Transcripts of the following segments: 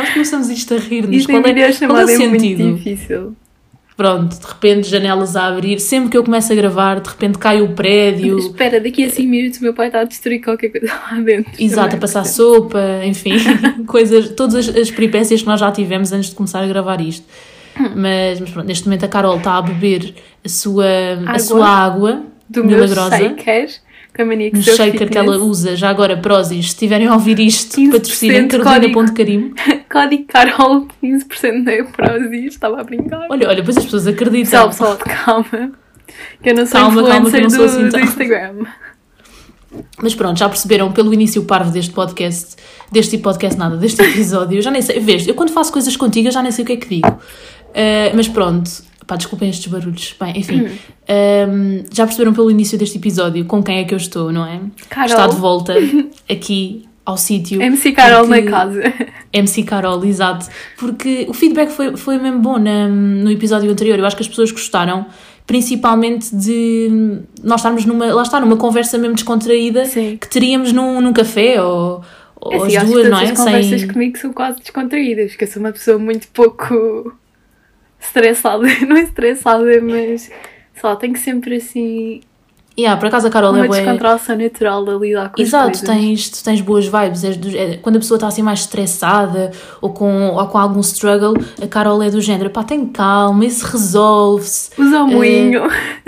nós começamos isto a rir-nos. Isto em videochamada é muito sentido? difícil. Pronto, de repente janelas a abrir, sempre que eu começo a gravar, de repente cai o prédio. Espera, daqui a 5 minutos o meu pai está a destruir qualquer coisa lá dentro. Exato, a passar sopa, enfim, coisas, todas as peripécias que nós já tivemos antes de começar a gravar isto. Mas pronto, neste momento a Carol está a beber a sua água do milagrosa. Meu shaker, com a mania que No shaker que ela usa, já agora, Prozis, se estiverem a ouvir isto, 15% patrocinem Carolina.carim. Código Carol, 15% da Prozis, estava a brincar. Olha, pois as pessoas acreditam. Pessoal, calma, que eu não sou Calma, influencer que eu não sou assim do tão- Instagram. Mas pronto, já perceberam pelo início parvo deste episódio, eu já nem sei, vês, eu quando faço coisas contigo eu já nem sei o que é que digo. Mas pronto, pá, desculpem estes barulhos. Bem, enfim, já perceberam pelo início deste episódio com quem é que eu estou, não é? Carol. Está de volta aqui ao sítio. MC Carol porque- na casa. MC Carol, exato. Porque o feedback foi mesmo bom no episódio anterior. Eu acho que as pessoas gostaram, principalmente de nós estarmos numa conversa mesmo descontraída. Sim. Que teríamos num café ou Assim, as acho duas, que não todas é? as conversas comigo são quase descontraídas, porque eu sou uma pessoa muito pouco estressada. Não é estressada, mas sei lá, tenho sempre assim Por acaso a Carol uma é bué... descontração natural a lidar com Exato, as coisas. tu tens boas vibes. Quando a pessoa está assim mais estressada ou com algum struggle, a Carol é do género, pá, tem calma, isso resolve-se. Usa o moinho.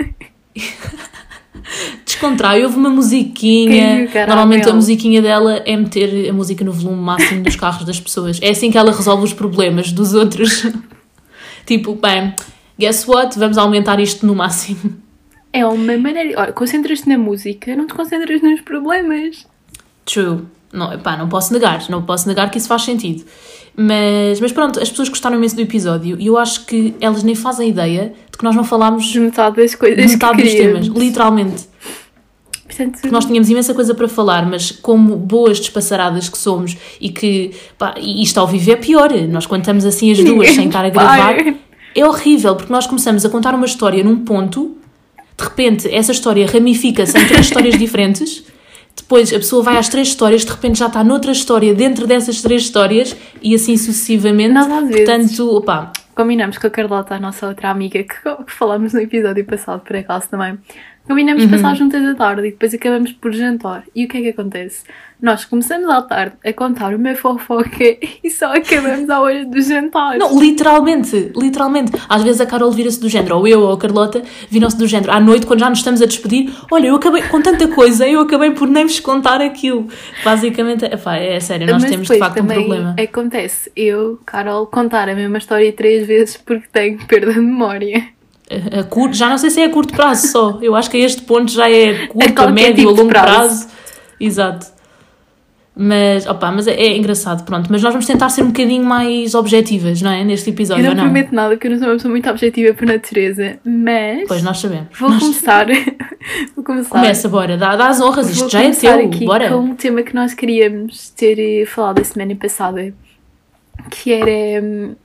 Descontrai, ouve uma Quem musiquinha. viu Caramel? Normalmente a musiquinha dela é meter a música no volume máximo dos carros das pessoas. É assim que ela resolve os problemas dos outros. Tipo, bem, guess what? Vamos aumentar isto no máximo. É uma maneira... Olha, concentras-te na música, não te concentras nos problemas. True. Não posso negar que isso faz sentido. Mas pronto, as pessoas gostaram imenso do episódio e eu acho que elas nem fazem ideia de que nós não falámos De metade das coisas de metade que dos temas, queríamos. literalmente. Portanto, Porque nós tínhamos imensa coisa para falar, mas como boas despassaradas que somos e que, pá, e isto ao vivo é pior, nós quando estamos assim as duas sem estar a gravar, é horrível, porque nós começamos a contar uma história num ponto, de repente essa história ramifica-se em 3 histórias diferentes, depois a pessoa vai às 3 histórias, de repente já está noutra história dentro dessas 3 histórias e assim sucessivamente. Nós às vezes- Portanto, opá, combinamos com a Carlota, a nossa outra amiga, que falámos no episódio passado, por acaso também. Combinamos passar juntas à tarde e depois acabamos por jantar. E o que é que acontece? Nós começamos à tarde a contar uma fofoca e só acabamos à hora do jantar. não, literalmente. Às vezes a Carol vira-se do género, ou eu ou a Carlota viram-se do género, à noite, quando já nos estamos a despedir, olha, eu acabei com tanta coisa, eu acabei por nem vos contar aquilo. Basicamente, é sério, nós Mas temos de depois facto um também problema. acontece eu, Carol, contar a mesma história 3 vezes porque tenho perda de memória. Já não sei se é a curto prazo só, eu acho que a este ponto já é curto, a qualquer médio, tipo a de longo prazo. prazo. Exato. Mas é engraçado, pronto. Mas nós vamos tentar ser um bocadinho mais objetivas, não é? Neste episódio, Eu ou não não? prometo nada porque eu não sou uma pessoa muito objetiva por natureza, mas Pois, nós sabemos. vou começar. Começa, bora, dá as honras, isto Vou já é começar teu, aqui bora. com um tema que nós queríamos ter falado a semana passada, que era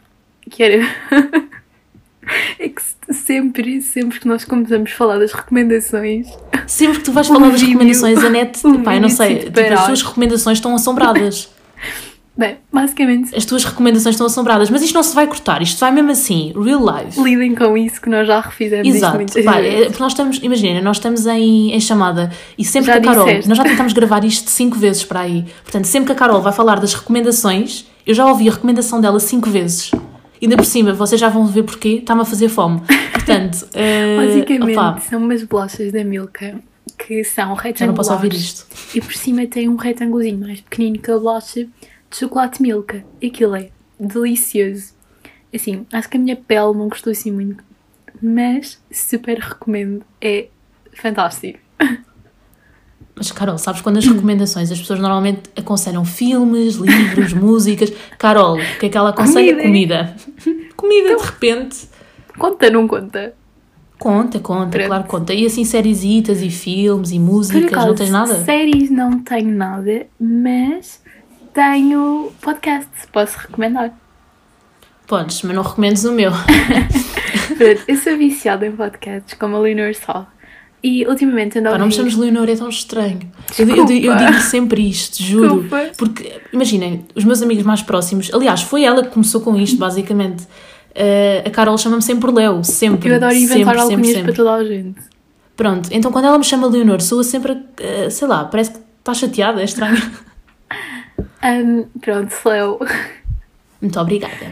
é que sempre que nós começamos a falar das recomendações, Sempre que tu vais falar das vídeo- recomendações, a net, um pá, eu não vídeo sei, de tipo, as parar. tuas recomendações estão assombradas. bem, basicamente As tuas recomendações estão assombradas, mas isto não se vai cortar, isto vai mesmo assim, real life. lidem com isso que nós já refizemos isto Exato, muitas pá, vezes. porque nós estamos, imagina, nós estamos em chamada e sempre Já que a Carol, disseste. nós já tentámos gravar isto 5 vezes para aí, portanto, sempre que a Carol vai falar das recomendações, eu já ouvi a recomendação dela 5 vezes. Ainda por cima, vocês já vão ver porquê, está-me a fazer fome. Portanto, Basicamente opá, são umas bolachas da Milka que são já não posso ouvir retangulares isto. e por cima tem um retângulozinho mais pequenino que a bolacha de chocolate Milka. Aquilo é delicioso. Assim, acho que a minha pele não gostou assim muito, mas super recomendo. É fantástico. Mas, Carol, sabes quando as recomendações, as pessoas normalmente aconselham filmes, livros, músicas. Carol, o que é que ela aconselha? Comida. Comida, de repente. Conta, não conta? Conta, Pronto. claro que conta. E assim, sériesitas e filmes e Por músicas, acaso, não tens nada? séries não tenho nada, mas tenho podcast, posso recomendar. Podes, mas não recomendes o meu. Pronto, eu sou viciada em podcasts, como a Leonor Sá. E ultimamente ando a Pá, não me ouvir... chames Leonor, é tão estranho. Eu digo sempre isto, juro. Desculpa. Porque, imaginem, os meus amigos mais próximos... Aliás, foi ela que começou com isto, basicamente. A Carol chama-me sempre Léo, sempre. Eu adoro inventar sempre, alcunhas sempre. para toda a gente. Pronto, então quando ela me chama Leonor, soa sempre, sei lá, parece que está chateada, é estranho. Pronto, Léo. Muito obrigada.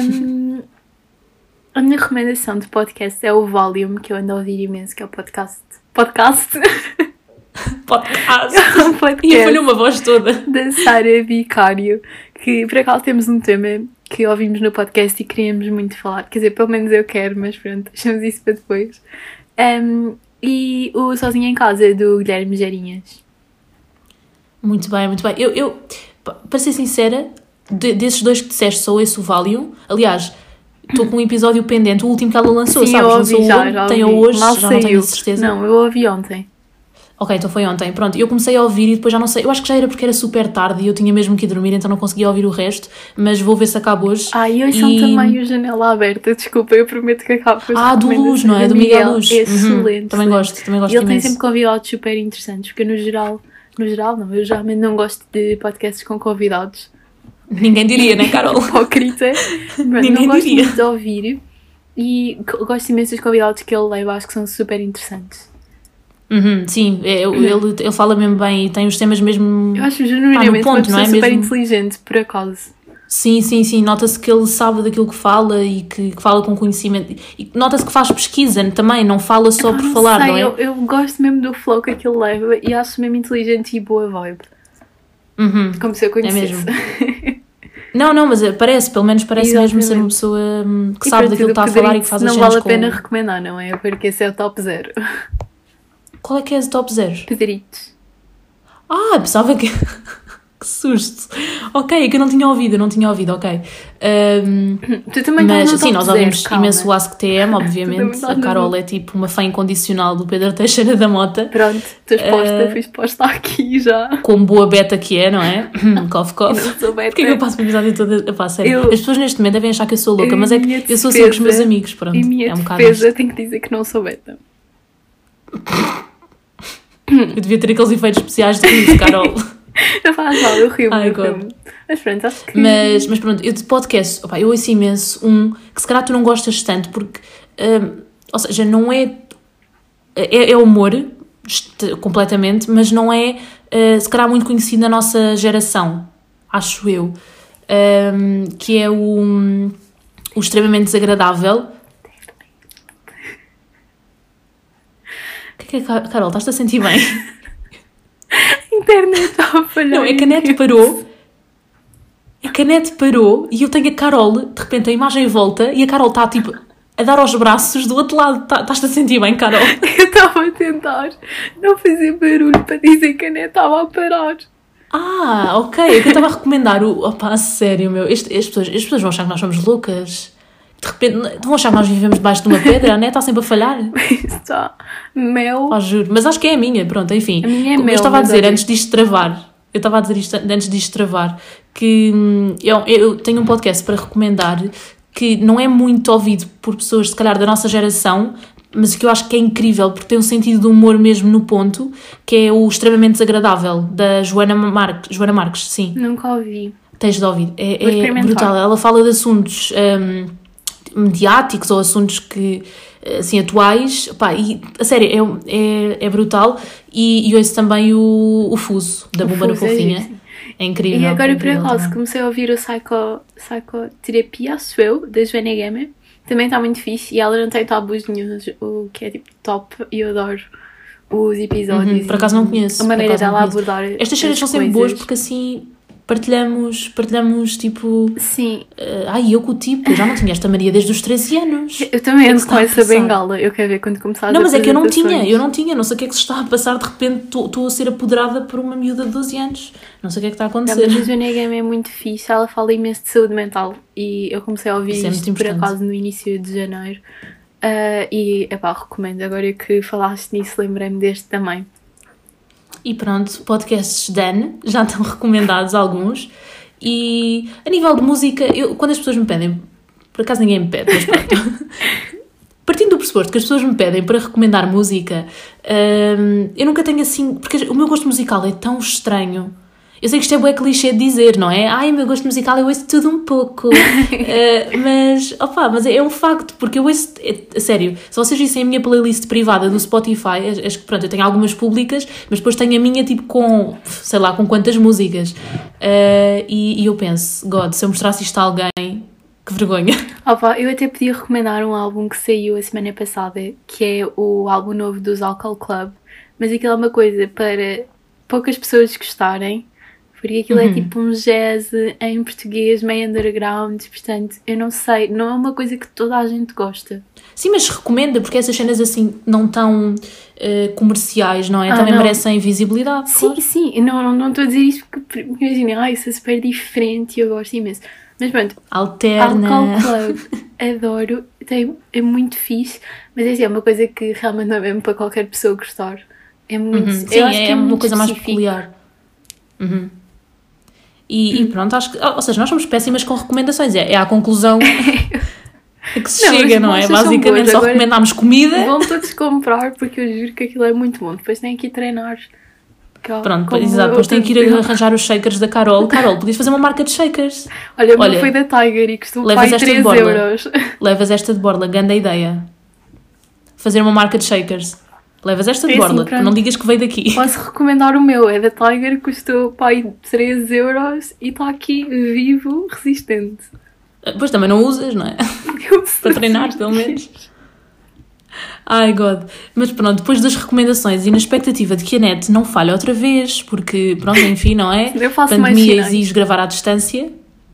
A minha recomendação de podcast é o Volume, que eu ando a ouvir imenso, que é o podcast. Podcast? Podcast. Um podcast. E falhou uma voz toda. Da Sara Vicário, que por acaso temos um tema que ouvimos no podcast e queríamos muito falar. Quer dizer, pelo menos eu quero, mas pronto, deixamos isso para depois. E o Sozinha em Casa, do Guilherme Gerinhas. Muito bem, muito bem. Eu para ser sincera, desses dois que disseste, só esse o Valium. Aliás, estou com um episódio pendente, o último que ela lançou, Sim, sabes? eu ouvi, já tem ouvi. hoje, Mal já não tenho saiu. certeza. Não, eu ouvi ontem. Ok, então foi ontem. Pronto, eu comecei a ouvir e depois já não sei. Eu acho que já era porque era super tarde e eu tinha mesmo que ir dormir, então não conseguia ouvir o resto. Mas vou ver se acabo hoje. E hoje são também o Janela Aberta. Desculpa, eu prometo que acabo com as do Luz, não é? Do Miguel Luz. É excelente. Também gosto E ele tem imenso. sempre convidados super interessantes, porque no geral não, eu geralmente não gosto de podcasts com convidados. Ninguém diria, né, Carol? Hipócrita. Ninguém não gosto diria. muito de ouvir e gosto imenso dos convidados que ele leva, acho que são super interessantes. Sim, ele fala mesmo bem e tem os temas mesmo. Eu acho genuinamente no ponto, uma pessoa não é? super Mesmo... inteligente, por acaso. Sim, nota-se que ele sabe daquilo que fala e que fala com conhecimento. E nota-se que faz pesquisa também, não fala só por falar, sei, não é? Eu gosto mesmo do flow que aquilo leva e acho mesmo inteligente e boa vibe. Como se eu conhecesse. É mesmo. Não, mas pelo menos parece Exatamente. mesmo ser uma pessoa que sabe daquilo que está a falar e que faz as não cenas vale a pena com... recomendar, não é? Porque esse é o top 0. Qual é que é esse top 0? Pedritos. Pensava que... Que susto. Ok, é que eu não tinha ouvido, ok. Tu também mas estás no sim, top nós 0, ouvimos calma. imenso o AskTM, obviamente. A Carol é tipo uma fã incondicional do Pedro Teixeira da Mota. Pronto, fui exposta aqui já. Como boa beta que é, não é? Cough. Eu não sou beta. Porquê que eu passo o episódio todo? Sério. As pessoas neste momento devem achar que eu sou louca, mas é que eu sou sempre os meus amigos, pronto. Em minha é um bocado defesa, tenho que dizer que não sou beta. Eu devia ter aqueles efeitos especiais de riso, Carol. Não faz mal, eu rio. God. Mas pronto, acho que... Mas pronto, eu de podcast, eu ouço imenso que se calhar tu não gostas tanto, porque, ou seja, não é humor, completamente, mas não é, se calhar, muito conhecido na nossa geração, acho eu, que é o extremamente desagradável. O que é, Carol? Estás-te a sentir bem? Internet está a falhar. Não, é que a net parou. E eu tenho a Carol, de repente a imagem volta e a Carol está tipo a dar aos braços do outro lado. Estás-te a sentir bem, Carol? Eu estava a tentar não fazer barulho para dizer que a net estava a parar. Ok. É que eu estava a recomendar a sério, meu. As pessoas vão achar que nós somos loucas. De repente vão achar que nós vivemos debaixo de uma pedra. A net está sempre a falhar. Está. Mel. Juro. Mas acho que é a minha. Pronto, enfim. A minha é eu estava a dizer antes disto travar. Que eu tenho um podcast para recomendar que não é muito ouvido por pessoas, se calhar, da nossa geração, mas que eu acho que é incrível, porque tem um sentido de humor mesmo no ponto, que é o Extremamente Desagradável, da Joana Marques, sim. Nunca ouvi. Tens de ouvir. É brutal. Ela fala de assuntos mediáticos ou assuntos que, assim, atuais. E, a sério, é brutal. E ouço também o Fuso, da Bumba na Fofinha. É incrível. E agora, por incrível acaso, também. comecei a ouvir o Psicoterapia, acho eu, da Joana Gama. Também está muito fixe. E ela não tem tabus nenhum, o que é tipo top. E eu adoro os episódios. Por acaso não conheço. A maneira dela abordar estas séries são sempre boas porque assim partilhamos tipo... Sim. Eu com o tipo, eu já não tinha esta Maria desde os 13 anos. Eu também ando com essa bengala. Eu quero ver quando começar a Não, mas é que eu não tinha. Não sei o que é que se está a passar. De repente estou a ser apoderada por uma miúda de 12 anos. Não sei o que é que está a acontecer. Mas a Joana Gama é muito fixe. Ela fala imenso de saúde mental. E eu comecei a ouvir isto por acaso no início de janeiro. Recomendo. Agora que falaste nisso, lembrei-me deste também. E pronto, podcasts Dan, já estão recomendados alguns. E a nível de música, quando as pessoas me pedem, por acaso ninguém me pede, mas pronto. Partindo do do pressuposto que as pessoas me pedem para recomendar música, eu nunca tenho assim... Porque o meu gosto musical é tão estranho. Eu sei que isto é bué clichê de dizer, não é? Ai, o meu gosto musical eu ouço tudo um pouco. Mas é um facto, porque eu ouço... A sério, se vocês vissem a minha playlist privada do Spotify, pronto, eu tenho algumas públicas, mas depois tenho a minha tipo com, sei lá, com quantas músicas. E eu penso, God, se eu mostrasse isto a alguém, que vergonha. Eu até podia recomendar um álbum que saiu a semana passada, que é o álbum novo dos Alcohol Club, mas aquilo é uma coisa para poucas pessoas gostarem, porque aquilo é tipo um jazz em português, meio underground, portanto, eu não sei, não é uma coisa que toda a gente gosta. Sim, mas recomenda, porque essas cenas assim não tão comerciais, não é? Também não. merecem visibilidade. Sim, claro. sim, não estou a dizer isto porque, imagina, isso é super diferente e eu gosto imenso. Mas pronto, Alterna. Alcohol Club, adoro, é muito fixe, mas é uma coisa que realmente não é mesmo para qualquer pessoa gostar. É muito, Sim, eu acho que é uma muito coisa mais específico. peculiar. E pronto, acho que... Ou seja, nós somos péssimas com recomendações. É à conclusão que se chega, não é? Basicamente só recomendámos comida. Vão todos comprar porque eu juro que aquilo é muito bom. Depois têm que ir treinar. Pronto, exato. Depois têm que ir arranjar os shakers da Carol. Carol, podias fazer uma marca de shakers. Olha, o meu foi da Tiger e custou pai 3 euros. Levas esta de borla, grande ideia. Fazer uma marca de shakers. Levas esta de borla, assim, não digas que veio daqui. Posso recomendar o meu, é da Tiger, custou pai 3 euros e está aqui vivo, resistente. Pois também não usas, não é? Para treinar, pelo menos. Ai, God. Mas pronto, depois das recomendações e na expectativa de que a net não falhe outra vez, porque, pronto, enfim, não é? Eu faço pandemia mais exige gravar à distância.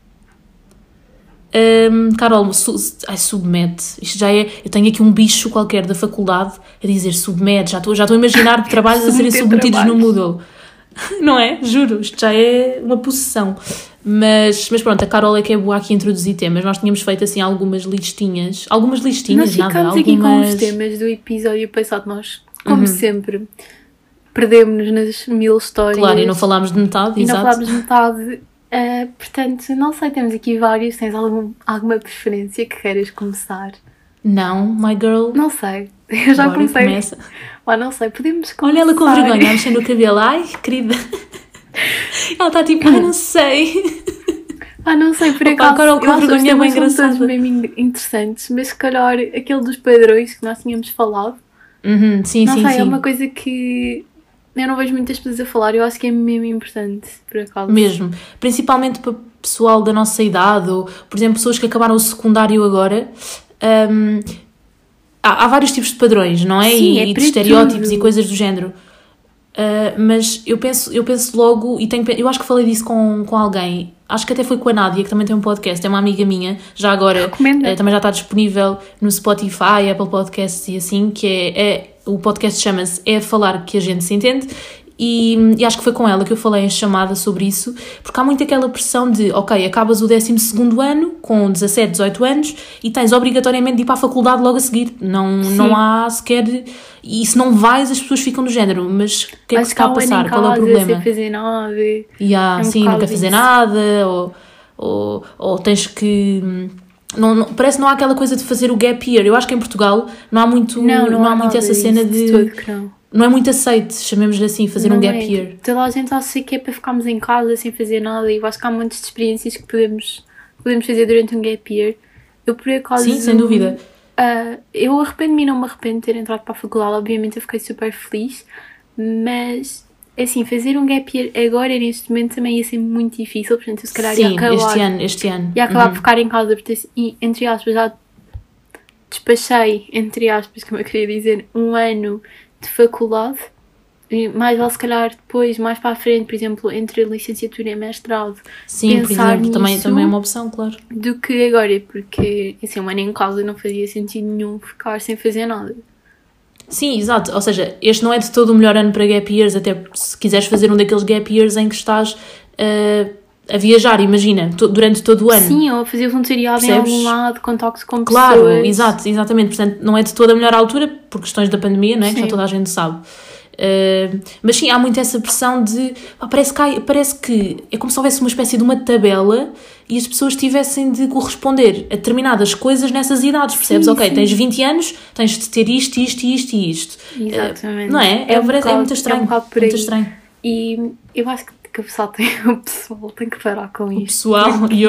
Carol, submete. Isto já é... Eu tenho aqui um bicho qualquer da faculdade a dizer submete. Já estou a imaginar trabalhos a serem submetidos no Moodle. Não é? Juro, isto já é uma possessão. Mas pronto, a Carol é que é boa aqui a introduzir temas. Nós tínhamos feito assim algumas listinhas. Algumas listinhas, nós nada. Aqui com os temas do episódio passado. Nós, como sempre, perdemos-nos nas 1000 histórias. Claro, e não falámos de metade, exato. Não falámos de metade. Portanto, não sei, temos aqui vários. Tens alguma preferência que queiras começar? Não, my girl. Não sei. Eu já Agora comecei. Começa. Mas não sei, podemos começar. Olha ela com vergonha, a mexer no cabelo. Ai, querida. Ela está tipo, ai, não sei. Não sei, por acaso. Carol com vergonha é bem engraçada. São todos mesmo interessantes, mas se calhar aquele dos padrões que nós tínhamos falado. Sim. Não sei, é uma coisa que eu não vejo muitas pessoas a falar, eu acho que é mesmo importante, por acaso. Mesmo. Principalmente para pessoal da nossa idade, ou, por exemplo, pessoas que acabaram o secundário agora. Há vários tipos de padrões, não é? Sim, e de estereótipos e coisas do género. Mas eu penso logo, e eu acho que falei disso com alguém, acho que até foi com a Nádia, que também tem um podcast, é uma amiga minha, já agora também já está disponível no Spotify, Apple Podcasts e assim, que o podcast chama-se É Falar que a Gente Se Entende, e acho que foi com ela que eu falei em chamada sobre isso, porque há muito aquela pressão de, ok, acabas o 12º ano com 17, 18 anos e tens obrigatoriamente de ir para a faculdade logo a seguir, não há sequer, e se não vais as pessoas ficam do género, mas o que é que se está a passar, qual é o problema? Sem fazer nada. Sim, não quer fazer nada, ou tens que... parece que não há aquela coisa de fazer o gap year. Eu acho que em Portugal não há muito, não há muito essa cena de todo que não é muito aceito, chamemos-lhe assim, fazer um gap year. Toda a gente acha que é para ficarmos em casa sem fazer nada, e eu acho que há muitas experiências que podemos fazer durante um gap year. Eu por acaso... Sim, sem dúvida. Eu arrependo-me e não me arrependo de ter entrado para a faculdade, obviamente eu fiquei super feliz, mas assim, fazer um gap year agora neste momento também ia ser muito difícil, portanto eu se calhar ia acabar este ano ia acabar por ficar em casa, porque entre aspas já despachei, entre aspas, como eu queria dizer, um ano de faculdade, e mais vale se calhar depois, mais para a frente, por exemplo, entre licenciatura e mestrado, sim, por exemplo, também é uma opção, claro, do que agora, porque assim, um ano em casa não fazia sentido nenhum ficar sem fazer nada. Sim, exato, ou seja, este não é de todo o melhor ano para gap years, até se quiseres fazer um daqueles gap years em que estás a viajar, imagina, durante todo o ano. Sim, ou fazer voluntariado em algum lado, contacto com pessoas. Claro, exatamente, portanto não é de toda a melhor altura, por questões da pandemia, não é? Que já toda a gente sabe. Mas sim, há muito essa pressão de... Parece que é como se houvesse uma espécie de uma tabela e as pessoas tivessem de corresponder a determinadas coisas nessas idades, percebes? Ok, tens 20 anos, tens de ter isto, isto e isto e isto. Exatamente. Não é? É muito estranho. Muito estranho. E eu acho que o pessoal tem que parar com isto. O pessoal,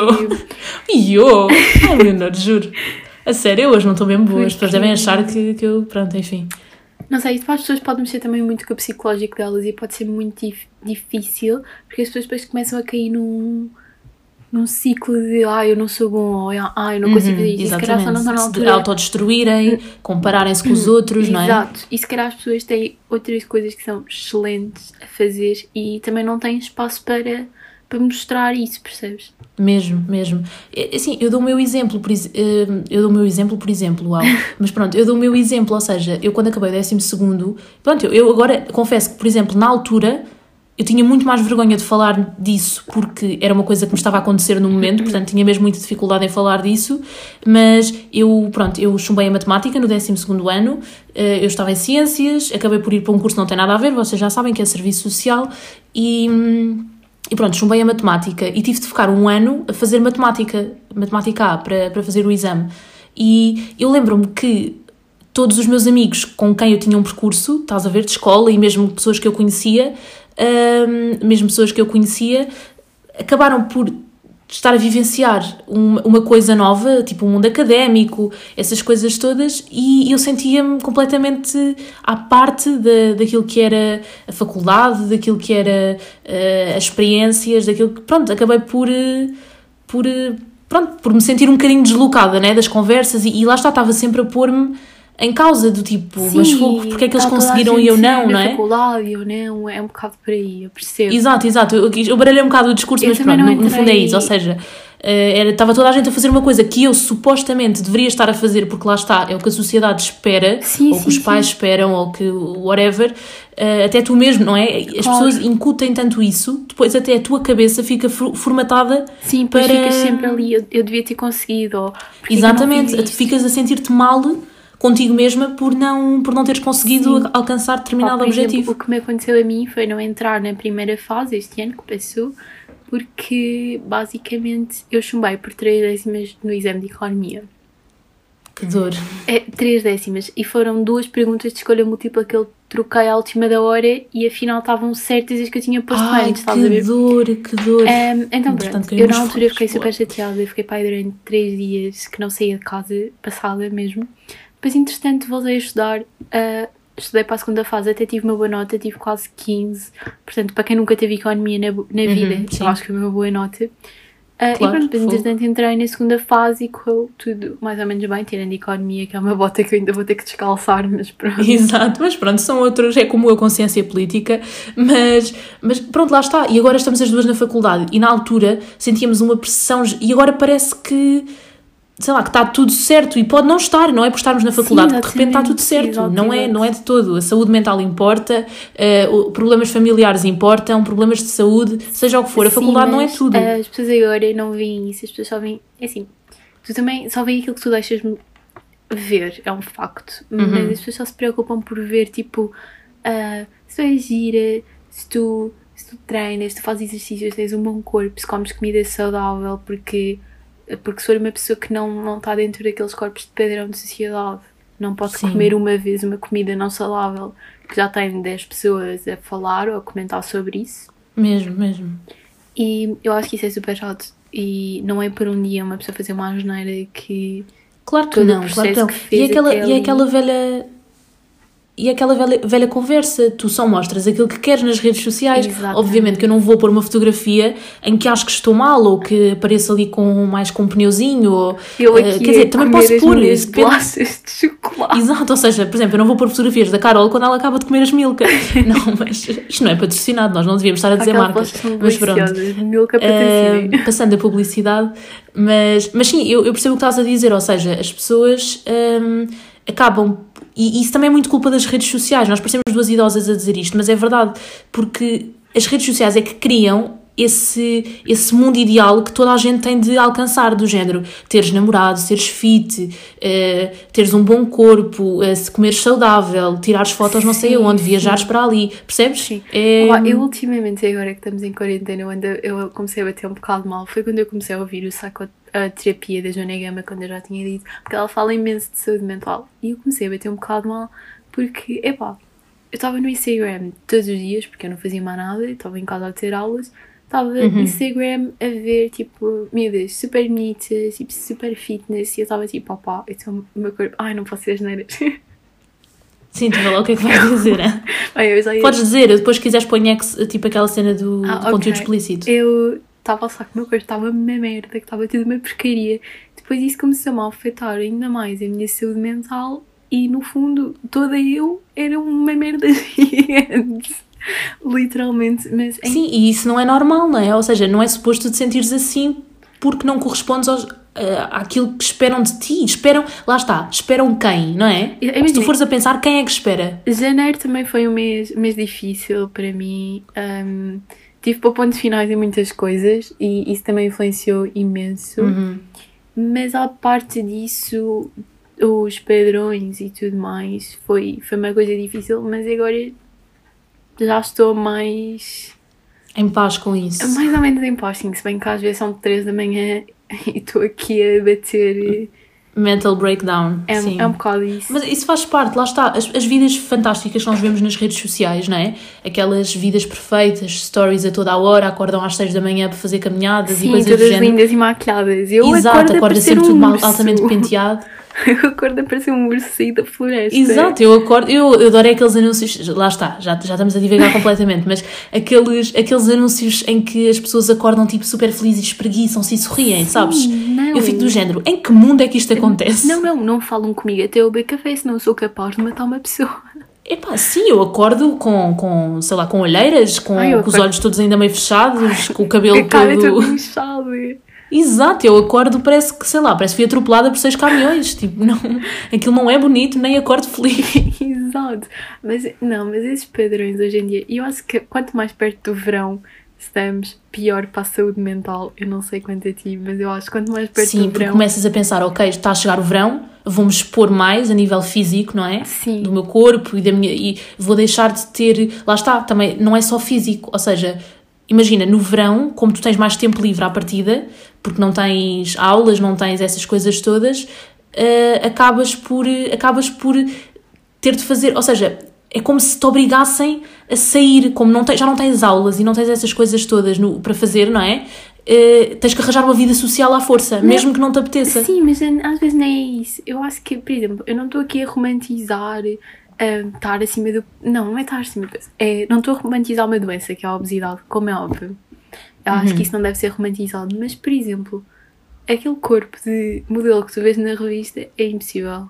Ai, Leonor, juro. A sério, eu hoje não estou bem boa. As pessoas devem achar que eu... Pronto, enfim. Não sei, isto para as pessoas pode mexer também muito com o psicológico delas e pode ser muito difícil, porque as pessoas depois começam a cair num ciclo de eu não sou bom, ou eu não consigo fazer isto. Exatamente. E se calhar só não estão na altura... De autodestruírem, compararem-se com os outros, não é? Exato. E se calhar as pessoas têm outras coisas que são excelentes a fazer e também não têm espaço para mostrar isso, percebes? Mesmo. Assim, eu dou o meu exemplo, por exemplo, mas pronto, eu dou o meu exemplo, ou seja, eu quando acabei o 12º, pronto, eu agora confesso que, por exemplo, na altura, eu tinha muito mais vergonha de falar disso, porque era uma coisa que me estava a acontecer no momento, portanto tinha mesmo muita dificuldade em falar disso, mas eu chumbei a matemática no 12º ano, eu estava em ciências, acabei por ir para um curso que não tem nada a ver, vocês já sabem que é serviço social, e pronto, chumbei a matemática e tive de ficar um ano a fazer matemática A para fazer o exame. E eu lembro-me que todos os meus amigos com quem eu tinha um percurso, estás a ver, de escola, e mesmo pessoas que eu conhecia, acabaram por estar a vivenciar uma coisa nova, tipo um mundo académico, essas coisas todas, e eu sentia-me completamente à parte daquilo que era a faculdade, daquilo que era as experiências, daquilo que, pronto, acabei por me sentir um bocadinho deslocada, né, das conversas, e lá estava sempre a pôr-me em causa do tipo, sim, mas porque é que eles conseguiram e eu não, não é? Faculdade, eu não, é um bocado por aí, eu percebo. Exato, eu baralhei um bocado o discurso, mas pronto, no fundo é isso, ou seja, estava toda a gente a fazer uma coisa que eu supostamente deveria estar a fazer, porque lá está, é o que a sociedade espera, ou que os pais esperam, ou que whatever, até tu mesmo, não é? As pessoas incutem tanto isso, depois até a tua cabeça fica formatada. Sim, para... ficas sempre ali, eu devia ter conseguido, ou exatamente, ficas a sentir-te mal contigo mesma por não teres conseguido alcançar determinado objetivo. Exemplo, o que me aconteceu a mim foi não entrar na primeira fase este ano que passou, porque basicamente eu chumbei por 3 décimas no exame de economia. Que dor. 3 décimas. E foram 2 perguntas de escolha múltipla que eu troquei à última da hora e afinal estavam certas as que eu tinha posto antes, estás a ver? Que dor. Então pronto, eu na altura fiquei super chateada, eu fiquei para aí durante 3 dias que não saía de casa, passada mesmo. Depois, entretanto, voltei a estudar, estudei para a segunda fase, até tive uma boa nota, tive quase 15, portanto, para quem nunca teve economia na vida, eu acho que foi uma boa nota. Claro, e pronto, depois, entretanto, entrei na segunda fase e correu tudo mais ou menos bem, tirando economia, que é uma bota que eu ainda vou ter que descalçar, mas pronto. Exato, mas pronto, são outros, é como a consciência política, mas pronto, lá está, e agora estamos as duas na faculdade, e na altura sentíamos uma pressão, e agora parece que, sei lá, que está tudo certo, e pode não estar, não é por estarmos na faculdade, de repente está tudo certo, não é de todo, a saúde mental importa, problemas familiares importam, problemas de saúde, seja o que for, a faculdade não é tudo. As pessoas agora não veem isso, as pessoas só veem, é assim, tu também só veem aquilo que tu deixas-me ver, é um facto, mas as pessoas só se preocupam por ver, tipo, se tu és gira, se tu treinas, se tu fazes exercícios, tens um bom corpo, se comes comida saudável, porque se for uma pessoa que não está dentro daqueles corpos de padrão de sociedade, não pode comer uma vez uma comida não saudável, que já tem 10 pessoas a falar ou a comentar sobre isso. Mesmo. E eu acho que isso é super chato. E não é por um dia uma pessoa fazer uma asneira que... Claro que não. E aquela velha conversa, tu só mostras aquilo que queres nas redes sociais. Exatamente. Obviamente que eu não vou pôr uma fotografia em que acho que estou mal, ou que apareço ali com um pneuzinho, ou... quer dizer, também posso pôr... bolachas de chocolate. Exato, ou seja, por exemplo, eu não vou pôr fotografias da Carol quando ela acaba de comer as Milka. Não, mas isto não é patrocinado, nós não devíamos estar a dizer marcas. Mas pronto, Milka patrocínio. Passando a publicidade, mas sim, eu percebo o que estás a dizer, ou seja, as pessoas acabam... E isso também é muito culpa das redes sociais. Nós parecemos 2 idosas a dizer isto, mas é verdade, porque as redes sociais é que criam esse mundo ideal que toda a gente tem de alcançar, do género teres namorado, seres fit, teres um bom corpo, comeres saudável, tirares fotos não sei aonde, viajares para ali, percebes? Sim. Eu ultimamente, agora que estamos em quarentena, eu comecei a bater um bocado mal, foi quando eu comecei a ouvir a terapia da Joana Gama, quando eu já tinha dito, porque ela fala imenso de saúde mental, e eu comecei a bater um bocado mal, porque, eu estava no Instagram todos os dias, porque eu não fazia mais nada, estava em casa a ter aulas. Estava no Instagram a ver, tipo, miúdas super bonitas, tipo, super fitness, e eu estava tipo, então o meu corpo, não posso ser asneiras. Sim, tu vê lá o que é que vais dizer, né? Podes dizer, depois se quiseres põe tipo aquela cena do conteúdo explícito. Eu estava a falar que o meu corpo estava uma merda, que estava tudo uma porcaria. Depois isso começou a afetar ainda mais a minha saúde mental e, no fundo, toda eu era uma merda gigante. Literalmente, mas... Sim, e isso não é normal, não é? Ou seja, não é suposto te sentires assim porque não correspondes àquilo que esperam de ti. Lá está, esperam quem, não é? Se tu fores a pensar, quem é que espera? Janeiro também foi um mês difícil para mim. Tive para pontos finais em muitas coisas e isso também influenciou imenso. Mas à parte disso, os padrões e tudo mais, foi uma coisa difícil, mas agora já estou mais... Em paz com isso. Mais ou menos em paz, sim. Se bem que às vezes são 3 da manhã e estou aqui a bater... Mental breakdown, sim. É um bocado isso. Mas isso faz parte, lá está. As vidas fantásticas que nós vemos nas redes sociais, não é? Aquelas vidas perfeitas, stories a toda a hora, acordam às 6 da manhã para fazer caminhadas e coisas do género. Sim, todas lindas e maquiadas. Exato, acorda sempre tudo altamente penteado. Eu acordo a parecer um urso sair da floresta. Exato, eu adoro aqueles anúncios, lá está, já estamos a divagar completamente, mas aqueles anúncios em que as pessoas acordam tipo super felizes, espreguiçam-se e sorriem, sabes? Não. Eu fico do género, em que mundo é que isto acontece? Não falam comigo até eu beber café, senão eu sou capaz de matar uma pessoa. Sim, eu acordo com sei lá, com olheiras, com os olhos todos ainda meio fechados, com o cabelo todo... A cara toda inchada. Exato, eu acordo, parece que fui atropelada por 6 caminhões, tipo, não, aquilo não é bonito, nem acordo feliz. Exato, mas esses padrões hoje em dia, eu acho que quanto mais perto do verão estamos, pior para a saúde mental. Eu não sei quanto a ti, mas eu acho que quanto mais perto do verão... Sim, porque começas a pensar, ok, está a chegar o verão, vou-me expor mais a nível físico, não é? Sim. Do meu corpo e vou deixar de ter... Lá está, também não é só físico, ou seja... Imagina, no verão, como tu tens mais tempo livre à partida, porque não tens aulas, não tens essas coisas todas, acabas por ter de fazer... Ou seja, é como se te obrigassem a sair, como já não tens aulas e não tens essas coisas todas para fazer, não é? Tens que arranjar uma vida social à força, mesmo que não te apeteça. Sim, mas às vezes nem é isso. Eu acho que, por exemplo, eu não estou aqui a romantizar... estar acima do... Não é estar acima do peso. Não estou a romantizar uma doença, que é a obesidade, como é óbvio. Eu acho que isso não deve ser romantizado. Mas, por exemplo, aquele corpo de modelo que tu vês na revista é impossível.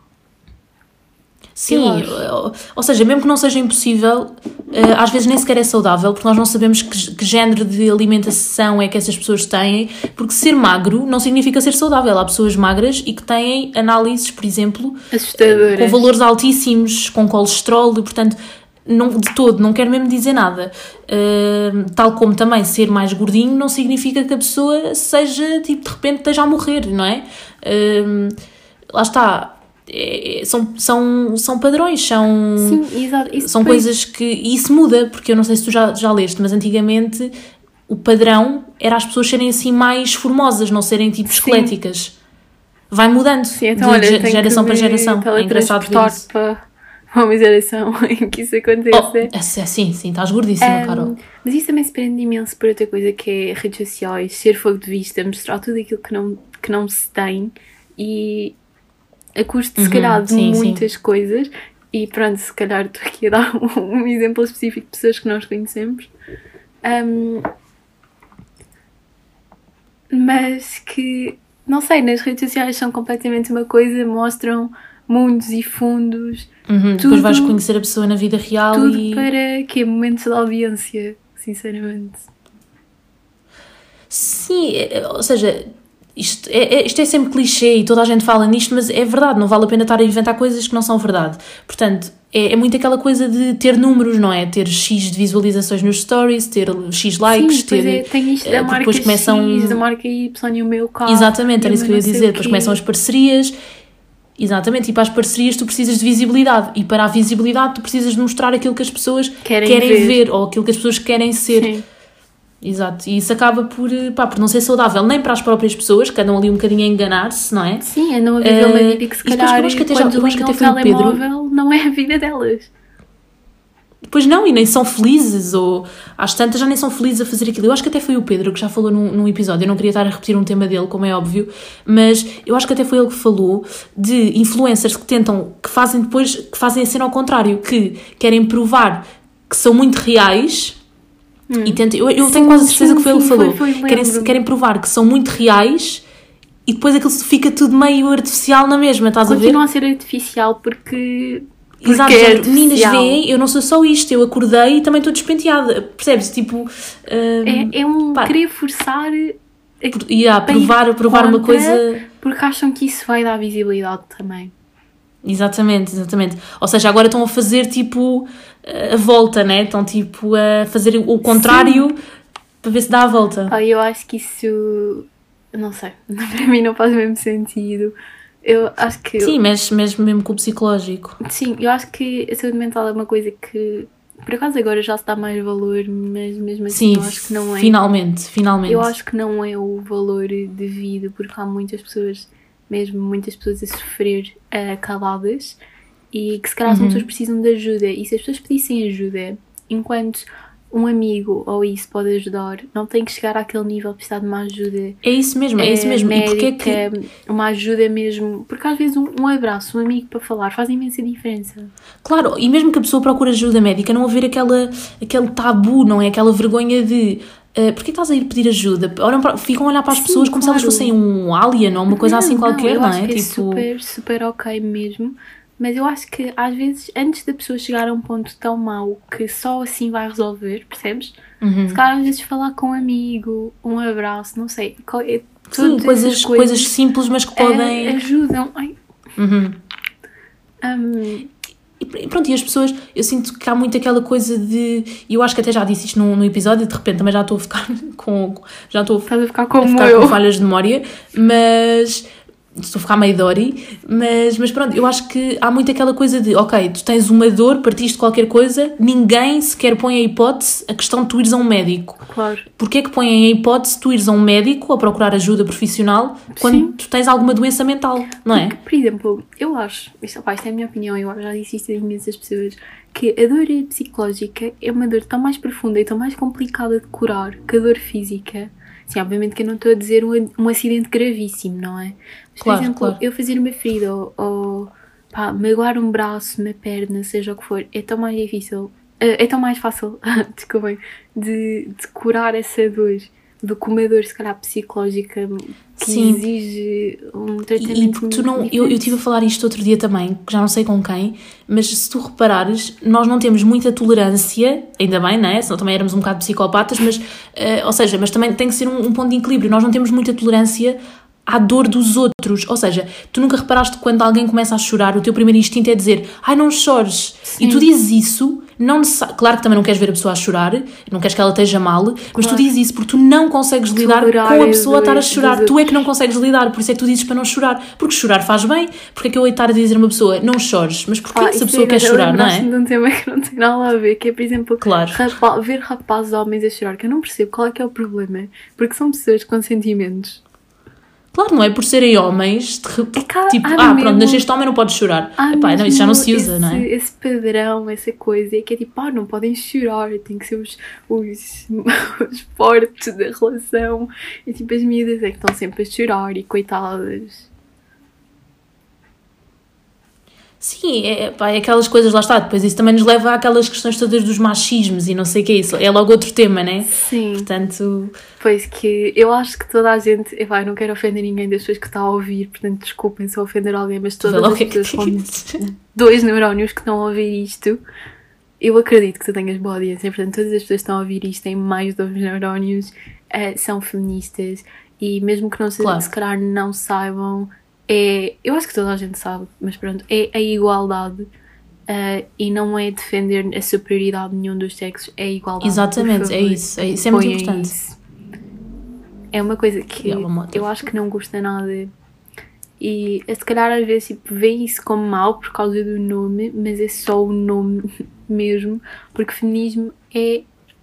Sim, ou seja, mesmo que não seja impossível, às vezes nem sequer é saudável, porque nós não sabemos que género de alimentação é que essas pessoas têm, porque ser magro não significa ser saudável. Há pessoas magras e que têm análises, por exemplo, assustadoras, com valores altíssimos, com colesterol, e portanto, não quero mesmo dizer nada. Tal como também ser mais gordinho não significa que a pessoa seja, tipo, de repente esteja a morrer, não é? Lá está. São padrões, Sim, exato. São coisas que... E isso muda, porque eu não sei se tu já leste, mas antigamente o padrão era as pessoas serem assim mais formosas, não serem tipo esqueléticas. Vai mudando. Sim, então, de geração para geração. É engraçado ver isso. Para uma geração em que isso acontece. Sim, estás gordíssima, Carol. Mas isso também se prende imenso por outra coisa, que é redes sociais, ser fogo de vista, mostrar tudo aquilo que não se tem e... a custo, se calhar, de muitas coisas. E pronto, se calhar estou aqui a dar um exemplo específico de pessoas que nós conhecemos. Mas que, não sei, nas redes sociais são completamente uma coisa, mostram mundos e fundos. Tudo, depois vais conhecer a pessoa na vida real tudo para quê? Momentos de audiência, sinceramente. Sim, ou seja... Isto é sempre clichê e toda a gente fala nisto, mas é verdade, não vale a pena estar a inventar coisas que não são verdade. Portanto, é muito aquela coisa de ter números, não é? Ter X de visualizações nos stories, ter X likes, sim, tem isto da marca depois começam... X, da marca Y e o meu carro. Exatamente, era isso que eu ia dizer. Depois começam as parcerias. Exatamente, e para as parcerias tu precisas de visibilidade. E para a visibilidade tu precisas de mostrar aquilo que as pessoas querem ver ou aquilo que as pessoas querem ser. Sim. Exato, e isso acaba por não ser saudável nem para as próprias pessoas, que andam ali um bocadinho a enganar-se, não é? Sim, andam a viver uma vida que se calhar eu acho que até quando foi ligam o o Pedro. telemóvel não é a vida delas. Pois não, e nem são felizes, ou às tantas já nem são felizes a fazer aquilo. Eu acho que até foi o Pedro que já falou num episódio, eu não queria estar a repetir um tema dele, como é óbvio, mas eu acho que até foi ele que falou de influencers que fazem a cena ao contrário, que querem provar que são muito reais. E eu tenho quase a certeza que foi ele que falou. Querem provar que são muito reais e depois aquilo fica tudo meio artificial na mesma, estás a ver? Continua a ser artificial porque Exato, meninas veem, eu não sou só isto, eu acordei e também estou despenteada, percebes? Tipo... querer forçar... provar uma coisa... Porque acham que isso vai dar visibilidade também. Exatamente. Ou seja, agora estão a fazer tipo a volta, né? Estão tipo a fazer o contrário. Sim. Para ver se dá a volta. Eu acho que isso... Não sei. Para mim não faz o mesmo sentido. Eu acho que... Sim, mas mesmo com o psicológico. Sim, eu acho que a saúde mental é uma coisa que... Por acaso agora já se dá mais valor, mas mesmo assim eu acho que não é... Finalmente. Eu acho que não é o valor devido, porque há muitas pessoas a sofrer caladas e que se calhar as pessoas precisam de ajuda, e se as pessoas pedissem ajuda enquanto um amigo ou isso pode ajudar, não tem que chegar àquele nível de precisar de uma ajuda. É isso mesmo. Médica, e porque é que... uma ajuda mesmo, porque às vezes um abraço, um amigo para falar faz imensa diferença. Claro, e mesmo que a pessoa procure ajuda médica, não haver aquele tabu, não é? Aquela vergonha de... Porquê estás a ir pedir ajuda? Ficam a olhar para as pessoas como se elas fossem um alien ou uma coisa assim qualquer, não é? Eu acho que é super, super ok mesmo. Mas eu acho que às vezes, antes da pessoa chegar a um ponto tão mau que só assim vai resolver, percebes? Se calhar às vezes falar com um amigo, um abraço, não sei. Sim, coisas simples, mas que podem... Ajudam. E pronto, e as pessoas, eu sinto que há muito aquela coisa de... E eu acho que até já disse isto no episódio e de repente também já estou a ficar com... Estás a ficar com falhas de memória, mas... Estou a ficar meio Dory, mas pronto, eu acho que há muito aquela coisa de, ok, tu tens uma dor, partiste qualquer coisa, ninguém sequer põe a hipótese a questão de tu ires a um médico. Claro. Porquê é que põem a hipótese de tu ires a um médico a procurar ajuda profissional quando tu tens alguma doença mental, não é? Porque, por exemplo, eu acho, isto é a minha opinião, eu já disse isto a imensas pessoas, que a dor psicológica é uma dor tão mais profunda e tão mais complicada de curar que a dor física. Sim, obviamente que eu não estou a dizer um acidente gravíssimo, não é? Mas, por exemplo, eu fazer uma ferida ou magoar um braço, uma perna, seja o que for, é tão mais difícil, é tão mais fácil, desculpem, de curar essa dor do que uma dor, se calhar, psicológica que exige um tratamento. Eu estive a falar isto outro dia também, já não sei com quem, mas se tu reparares, nós não temos muita tolerância, ainda bem, não é? Senão também éramos um bocado psicopatas, mas, mas também tem que ser um ponto de equilíbrio. Nós não temos muita tolerância à dor dos outros, ou seja, tu nunca reparaste que quando alguém começa a chorar, o teu primeiro instinto é dizer, ai, não chores, e tu dizes isso, claro que também não queres ver a pessoa a chorar, não queres que ela esteja mal, mas tu dizes isso porque tu não consegues lidar com a pessoa a estar a chorar, tu é que não consegues lidar, por isso é que tu dizes para não chorar, porque chorar faz bem, porque é que eu ia estar a dizer a uma pessoa, não chores, mas porquê se a pessoa quer chorar, não é? De um tema que não tem nada a ver, que é, por exemplo, ver rapazes homens a chorar, que eu não percebo qual é que é o problema, porque são pessoas com sentimentos. Claro, não é por serem homens, pronto, nasceste homem, não podes chorar. Não, isso já não se usa, não é? Esse padrão, essa coisa, que é tipo, não podem chorar, tem que ser os fortes da relação. E tipo, as miúdas é que estão sempre a chorar e coitadas. Sim, é aquelas coisas, lá está, depois isso também nos leva àquelas questões todas dos machismos e não sei o que é isso, é logo outro tema, né? Sim. Portanto... Pois que eu acho que toda a gente, não quero ofender ninguém das pessoas que está a ouvir, portanto desculpem se eu ofender alguém, mas todas as pessoas com 2 neurónios que estão a ouvir isto, eu acredito que tu tenhas boa audiência, portanto todas as pessoas que estão a ouvir isto têm mais de 2 neurónios, são feministas E mesmo que não se, Claro. se calhar não saibam, eu acho que toda a gente sabe, mas pronto, é a igualdade. E não é defender a superioridade de nenhum dos sexos, é a igualdade. Exatamente, Por é favor, isso. É muito ponham importante. isso. É uma coisa que É uma moto. eu acho que não custa nada. E se calhar às vezes tipo, veem isso como mau por causa do nome, mas é só o nome mesmo, porque feminismo é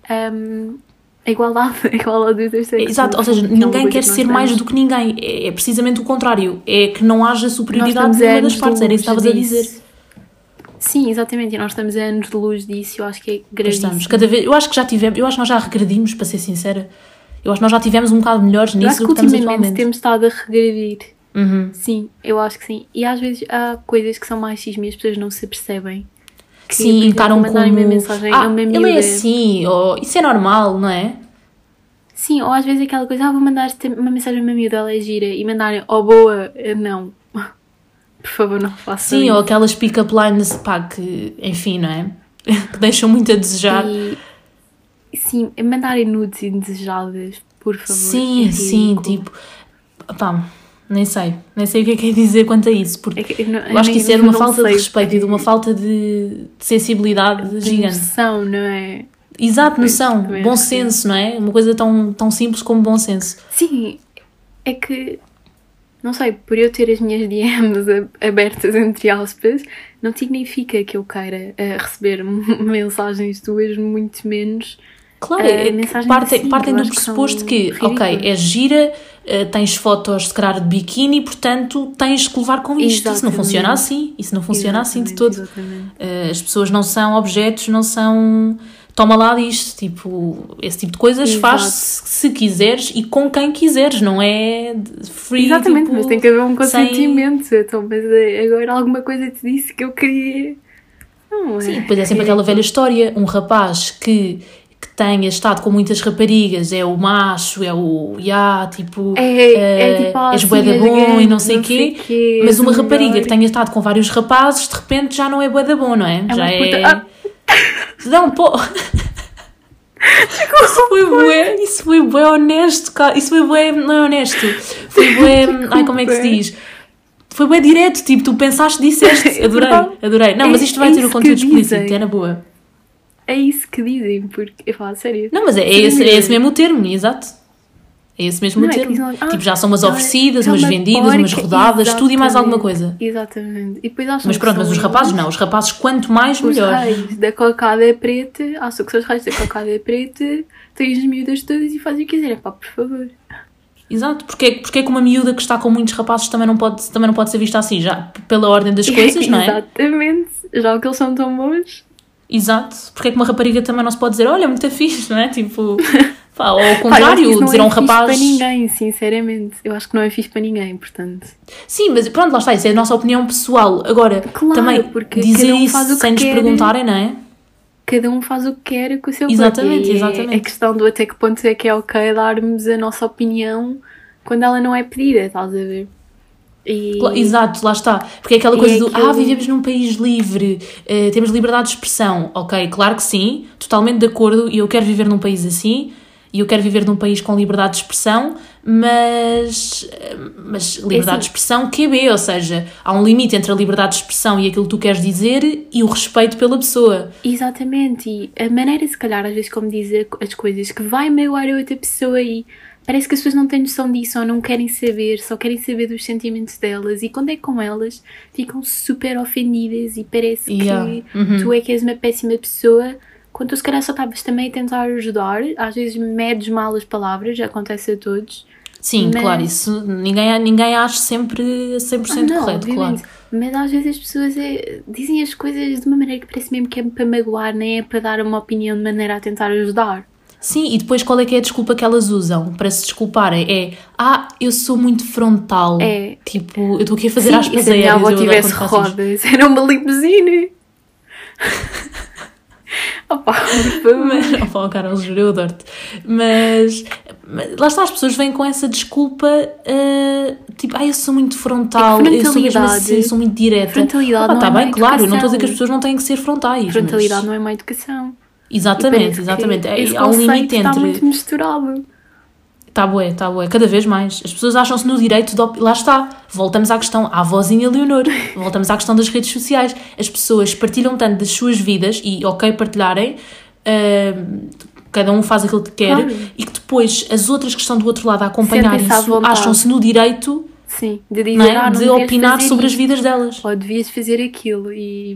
a igualdade, a igualdade dos dois sexos. Exato, ou seja, Que é uma ninguém coisa quer que nós ser mais temos. do que ninguém. É precisamente o contrário. É que não haja superioridade Nós de nenhuma estamos das a anos partes. Era isso que de estavas a luz dizer. disso. Sim, exatamente, e nós estamos a anos de luz disso, eu acho que é Pois gravíssimo. estamos. Cada vez, eu acho que já tivemos, eu acho que nós já regredimos, para ser sincera. Eu acho que nós já tivemos um bocado melhores Eu nisso acho que do que estamos ultimamente atualmente. temos estado a regredir. Uhum. Sim, eu acho que sim. E às vezes há coisas que são machismo e as pessoas não se percebem. Que, por Sim, exemplo, encaram mandarem como... uma mensagem a uma ele é miúda. assim, ou isso é normal, não é? Sim, ou às vezes aquela coisa, vou mandar uma mensagem a uma miúda, ela é gira, e mandarem, boa, não. Por favor, não façam Sim, isso. ou aquelas pick-up lines, pá, que, enfim, não é? Que deixam muito a desejar. E, sim, mandarem nudes indesejadas, por favor. Sim, é sim, ridículo. tipo... Pá, nem sei o que é dizer quanto a isso, porque É que eu acho que isso é de uma falta de sei, respeito e de uma porque- falta de sensibilidade de gigante. noção, não é? Exato, noção, também bom acho que sim. senso, não é? Uma coisa tão simples como bom senso. Sim, é que, não sei, por eu ter as minhas DMs abertas, entre aspas, não significa que eu queira receber mensagens tuas, muito menos. Claro, é que mensagens partem assim, do eu acho que pressuposto são que, ok, ridículas. és gira, tens fotos se calhar de biquíni, portanto tens que levar com isto. Isso não Exatamente. funciona assim. Isso não funciona assim de todo. Exatamente. As pessoas não são objetos, não são... Toma lá disto, tipo, esse tipo de coisas Exato. faz se quiseres e com quem quiseres, não é free, Exatamente, tipo, mas tem que haver um sem- consentimento. Então, mas agora alguma coisa te disse que eu queria. Não é? Sim, depois é sempre aquela velha história, um rapaz que tenha estado com muitas raparigas, é o macho, é o, tipo, É tipo, és assim, bué da és bom grande, e não sei o quê, mas és uma o rapariga melhor. que tenha estado com vários rapazes, de repente já não é bué da bom, não é? É Já uma puta- é... Ah! Não, pô... Isso foi bué honesto, cara. Isso foi bué... Não é honesto. Foi bué... Ai, como é que se diz? Foi bué direto, tipo, tu pensaste, disseste. É verdade. Adorei. Não, mas isto vai É ter o isso conteúdo que explícito, dizem. é na boa. É isso que dizem, porque eu falo sério. Não, mas é esse mesmo o termo, exato. É esse mesmo Não o é que termo. dizem logo, Tipo, já são umas ela oferecidas, é umas uma vendidas, umas porca. rodadas, tudo e mais alguma Exatamente. coisa. Exatamente. E depois acham Mas que pronto, mas são os rapazes eles não. Os rapazes, quanto mais, os melhor. reis da cocada preta. Acham que são os reis da cocada preta, têm as miúdas todas e fazem o que quiserem. Pá, por favor. Exato. Porque é que uma miúda que está com muitos rapazes também não pode ser vista assim, já pela ordem das coisas, não é? Exatamente. Já que eles são tão bons. Exato. Porque é que uma rapariga também não se pode dizer, olha, muito fixe, não é? Tipo, pá, ou ao Pá, eu acho que contrário, isso não dizer a um é fixe rapaz... para ninguém, sinceramente. Eu acho que não é fixe para ninguém, portanto. Sim, mas pronto, lá está, isso é a nossa opinião pessoal. Agora, Claro, também porque dizer cada um isso faz o que sem nos quer. perguntarem, não é? Cada um faz o que quer com o seu Exatamente, corpo. E exatamente. é questão do até que ponto é que é ok darmos a nossa opinião quando ela não é pedida, estás a ver? E... Exato, lá está. Porque é aquela E coisa é do, aquilo- vivemos num país livre, temos liberdade de expressão. Ok, claro que sim, totalmente de acordo, e eu quero viver num país assim, e eu quero viver num país com liberdade de expressão, mas liberdade de expressão QB, ou seja, há um limite entre a liberdade de expressão e aquilo que tu queres dizer e o respeito pela pessoa. Exatamente, e a maneira, se calhar, às vezes, como dizer as coisas que vai magoar a outra pessoa e parece que as pessoas não têm noção disso ou não querem saber, só querem saber dos sentimentos delas e quando é com elas ficam super ofendidas e parece Yeah. que tu é que és uma péssima pessoa quando tu se calhar só estavas também a tentar ajudar, às vezes medes mal as palavras, acontece a todos. Sim, Mas- claro, isso ninguém acha sempre 100% Não, correto, claro. obviamente. Mas às vezes as pessoas dizem as coisas de uma maneira que parece mesmo que é para magoar, nem é para dar uma opinião de maneira a tentar ajudar. Sim, e depois qual é que é a desculpa que elas usam para se desculparem? Eu sou muito frontal. É. Tipo, eu estou aqui a fazer Sim, aspas e se a minha aéreas, avó eu adoro tivesse quando faço isto. rodas, era uma limusine. Opa, Mas, opa, Carol, juro, eu adoro-te. Mas lá está, as pessoas vêm com essa desculpa, tipo, eu sou muito frontal, É que eu sou mesmo assim, frontalidade- sou muito direta. frontalidade Opa, não tá é bem, má claro, eu não estou a dizer educação. que as pessoas não têm que ser frontais. frontalidade mas... não é má educação. E Exatamente, parece que exatamente. esse Há um conceito limite está entre... muito misturado. Tá bué, cada vez mais. As pessoas acham-se no direito de... Lá está, voltamos à questão, à vozinha Leonor, voltamos à questão das redes sociais. As pessoas partilham tanto das suas vidas, e ok partilharem, cada um faz aquilo que quer, claro. E que depois as outras que estão do outro lado a acompanhar isso, acham-se no direito... Sim, de dizer, não é? De opinar sobre as vidas delas. Ou devias fazer aquilo e...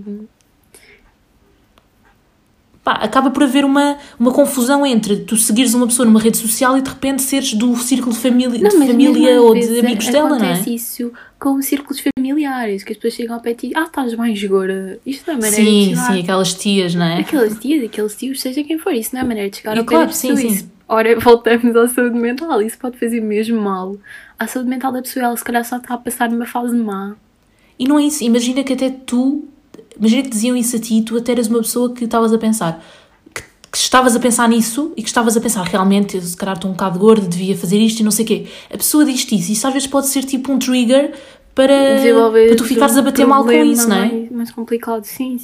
Pá, acaba por haver uma confusão entre tu seguires uma pessoa numa rede social e de repente seres do círculo de família ou de amigos dela, não é? Acontece isso com os círculos familiares, que as pessoas chegam ao pé de ti, estás mais gorda. Isto não é maneira de chegar. Sim, aquelas tias, não é? Aquelas tias, aqueles tios, seja quem for, isso não é maneira de chegar ao pé da pessoa. Sim. Ora, voltamos à saúde mental, isso pode fazer mesmo mal. A saúde mental da pessoa, ela se calhar só está a passar numa fase má. E não é isso, imagina que até tu... Imagina que diziam isso a ti e tu até eras uma pessoa que estavas a pensar... Que estavas a pensar nisso e que estavas a pensar realmente, se calhar estou um bocado gordo, devia fazer isto e não sei o quê. A pessoa diz-te isso e isso às vezes pode ser tipo um trigger para tu ficares a bater mal com isso, não é? Mais complicado, sim.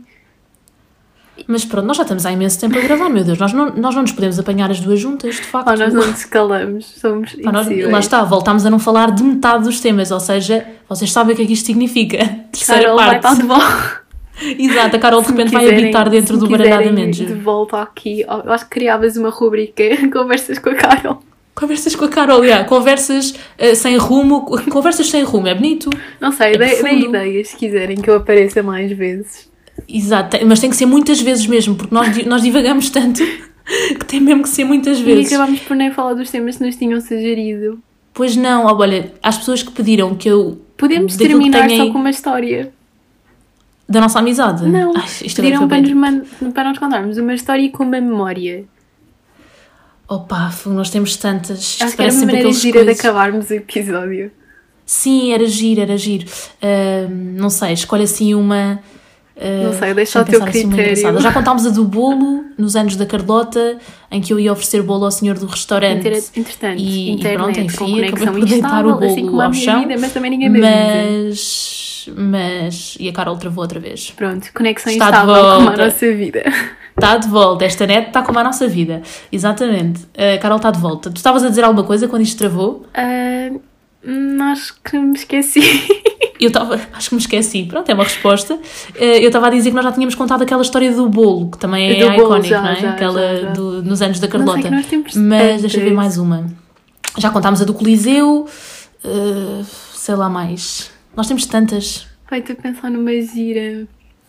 Mas pronto, nós já estamos há imenso tempo a gravar, meu Deus, nós não nos podemos apanhar as duas juntas, de facto. Nós não nos calamos, somos impossíveis. Lá está, voltámos a não falar de metade dos temas, ou seja, vocês sabem o que é que isto significa. Terceira Carol parte. Vai estar de volta. Exato, a Carol de repente vai habitar dentro do Baralhadamente. De volta aqui, eu acho que criavas uma rubrica, conversas com a Carol. Conversas com a Carol, conversas sem rumo, é bonito. Não sei, dê ideias se quiserem que eu apareça mais vezes. Exato, mas tem que ser muitas vezes mesmo, porque nós divagamos tanto que tem mesmo que ser muitas vezes. E acabámos por nem falar dos temas que nos tinham sugerido. Pois não, olha, às pessoas que pediram que eu... Podemos terminar só com uma história. Da nossa amizade? Não, pediram para nós contarmos uma história com uma memória. Opa, nós temos tantas. Acho que era uma maneira gira de acabarmos o episódio. Sim, era giro. Não sei, escolhe assim uma... não sei, deixa o teu critério. Já contámos a do bolo, nos anos da Carlota, em que eu ia oferecer bolo ao senhor do restaurante. Entretanto, e pronto, enfim, com conexão por deitar o bolo assim como ao chão. Vida, mas também ninguém me Mas... E a Carol travou outra vez. Pronto, conexão instável como a nossa vida. Está de volta, esta net está como a nossa vida. Exatamente. A Carol está de volta. Tu estavas a dizer alguma coisa quando isto travou? Acho que me esqueci. Acho que me esqueci. Pronto, é uma resposta. Eu estava a dizer que nós já tínhamos contado aquela história do bolo, que também é icónica, não é? Aquela nos anos da Carlota. Mas deixa eu ver mais uma. Já contámos a do Coliseu, sei lá mais. Nós temos tantas. Estou a pensar numa gira.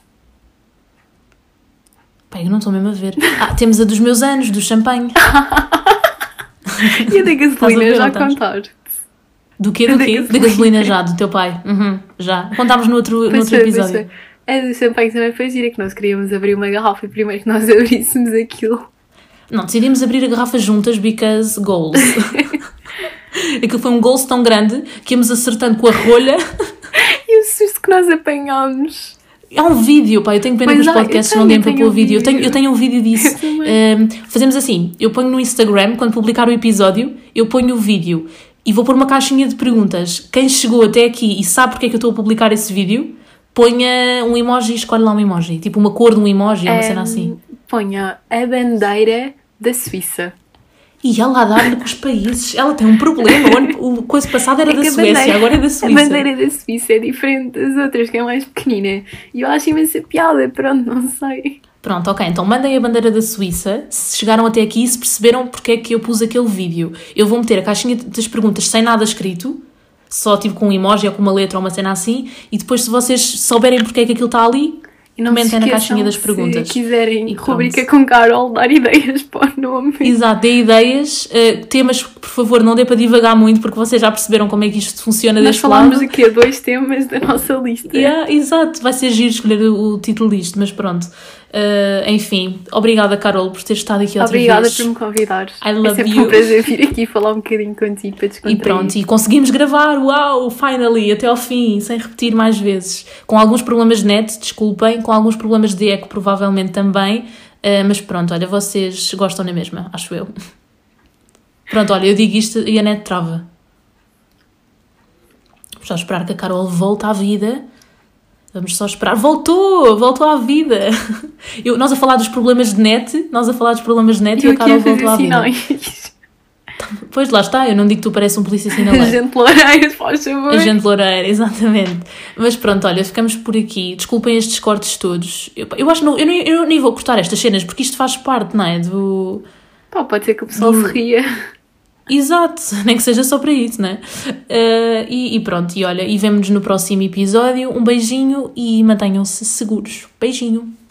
Eu não estou mesmo a ver. Temos a dos meus anos, do champanhe. E a da gasolina já contar. Do quê? Da gasolina já, do teu pai. Já. Contámos no outro episódio. A do champanhe também foi gira, que nós queríamos abrir uma garrafa e primeiro que nós abríssemos aquilo. Não, decidimos abrir a garrafa juntas because goals. Aquilo foi um goals tão grande que íamos acertando com a rolha. E o susto que nós apanhámos. Há um vídeo, eu tenho pena que os podcasts não deem para pôr o vídeo. Eu tenho um vídeo disso. Fazemos assim, eu ponho no Instagram, quando publicar o episódio, eu ponho o vídeo e vou pôr uma caixinha de perguntas. Quem chegou até aqui e sabe porque é que eu estou a publicar esse vídeo, ponha um emoji, escolhe lá um emoji. Tipo uma cor de um emoji, uma cena assim. Ponha a bandeira da Suíça. E ela a dar-lhe com os países. Ela tem um problema. O coisa passada era da Suécia, agora é da Suíça. A bandeira da Suíça é diferente das outras, que é mais pequenina. E eu acho imensa piada, pronto, não sei. Pronto, ok, então mandem a bandeira da Suíça. Se chegaram até aqui e se perceberam porque é que eu pus aquele vídeo. Eu vou meter a caixinha das perguntas sem nada escrito, só tipo com um emoji ou com uma letra ou uma cena assim, e depois se vocês souberem porque é que aquilo está ali, e não comentem na caixinha das perguntas. Se quiserem rubrica com Carol, dar ideias para o nome. Exato, dê ideias. Temas, por favor, não dê para divagar muito, porque vocês já perceberam como é que isto funciona deste lado. Nós falámos aqui a 2 temas da nossa lista. Exato, vai ser giro escolher o título disto, mas pronto. Enfim, obrigada, Carol, por ter estado aqui outra vez. Obrigada por me convidar. I love é sempre you. um prazer vir aqui falar um bocadinho contigo para descontrair. E pronto, e conseguimos gravar, uau, finally, até ao fim, sem repetir mais vezes. Com alguns problemas de net, desculpem, com alguns problemas de eco provavelmente também, mas pronto, olha, vocês gostam na mesma, acho eu. Pronto, olha, eu digo isto e a net trava. Vamos só esperar que a Carol volte à vida. Vamos só esperar. Voltou à vida. Nós a falar dos problemas de net, e a Carol voltou à vida. Pois lá está, eu não digo que tu pareces um polícia sinaleiro. Agente Loureiro, faz favor. Agente Loureiro, exatamente. Mas pronto, olha, ficamos por aqui. Desculpem estes cortes todos. Eu acho que não, eu nem vou cortar estas cenas, porque isto faz parte, não é? Pá, pode ser que o pessoal se ria. Exato, nem que seja só para isso, não é? E pronto, e olha, e vemo-nos no próximo episódio. Um beijinho e mantenham-se seguros. Beijinho.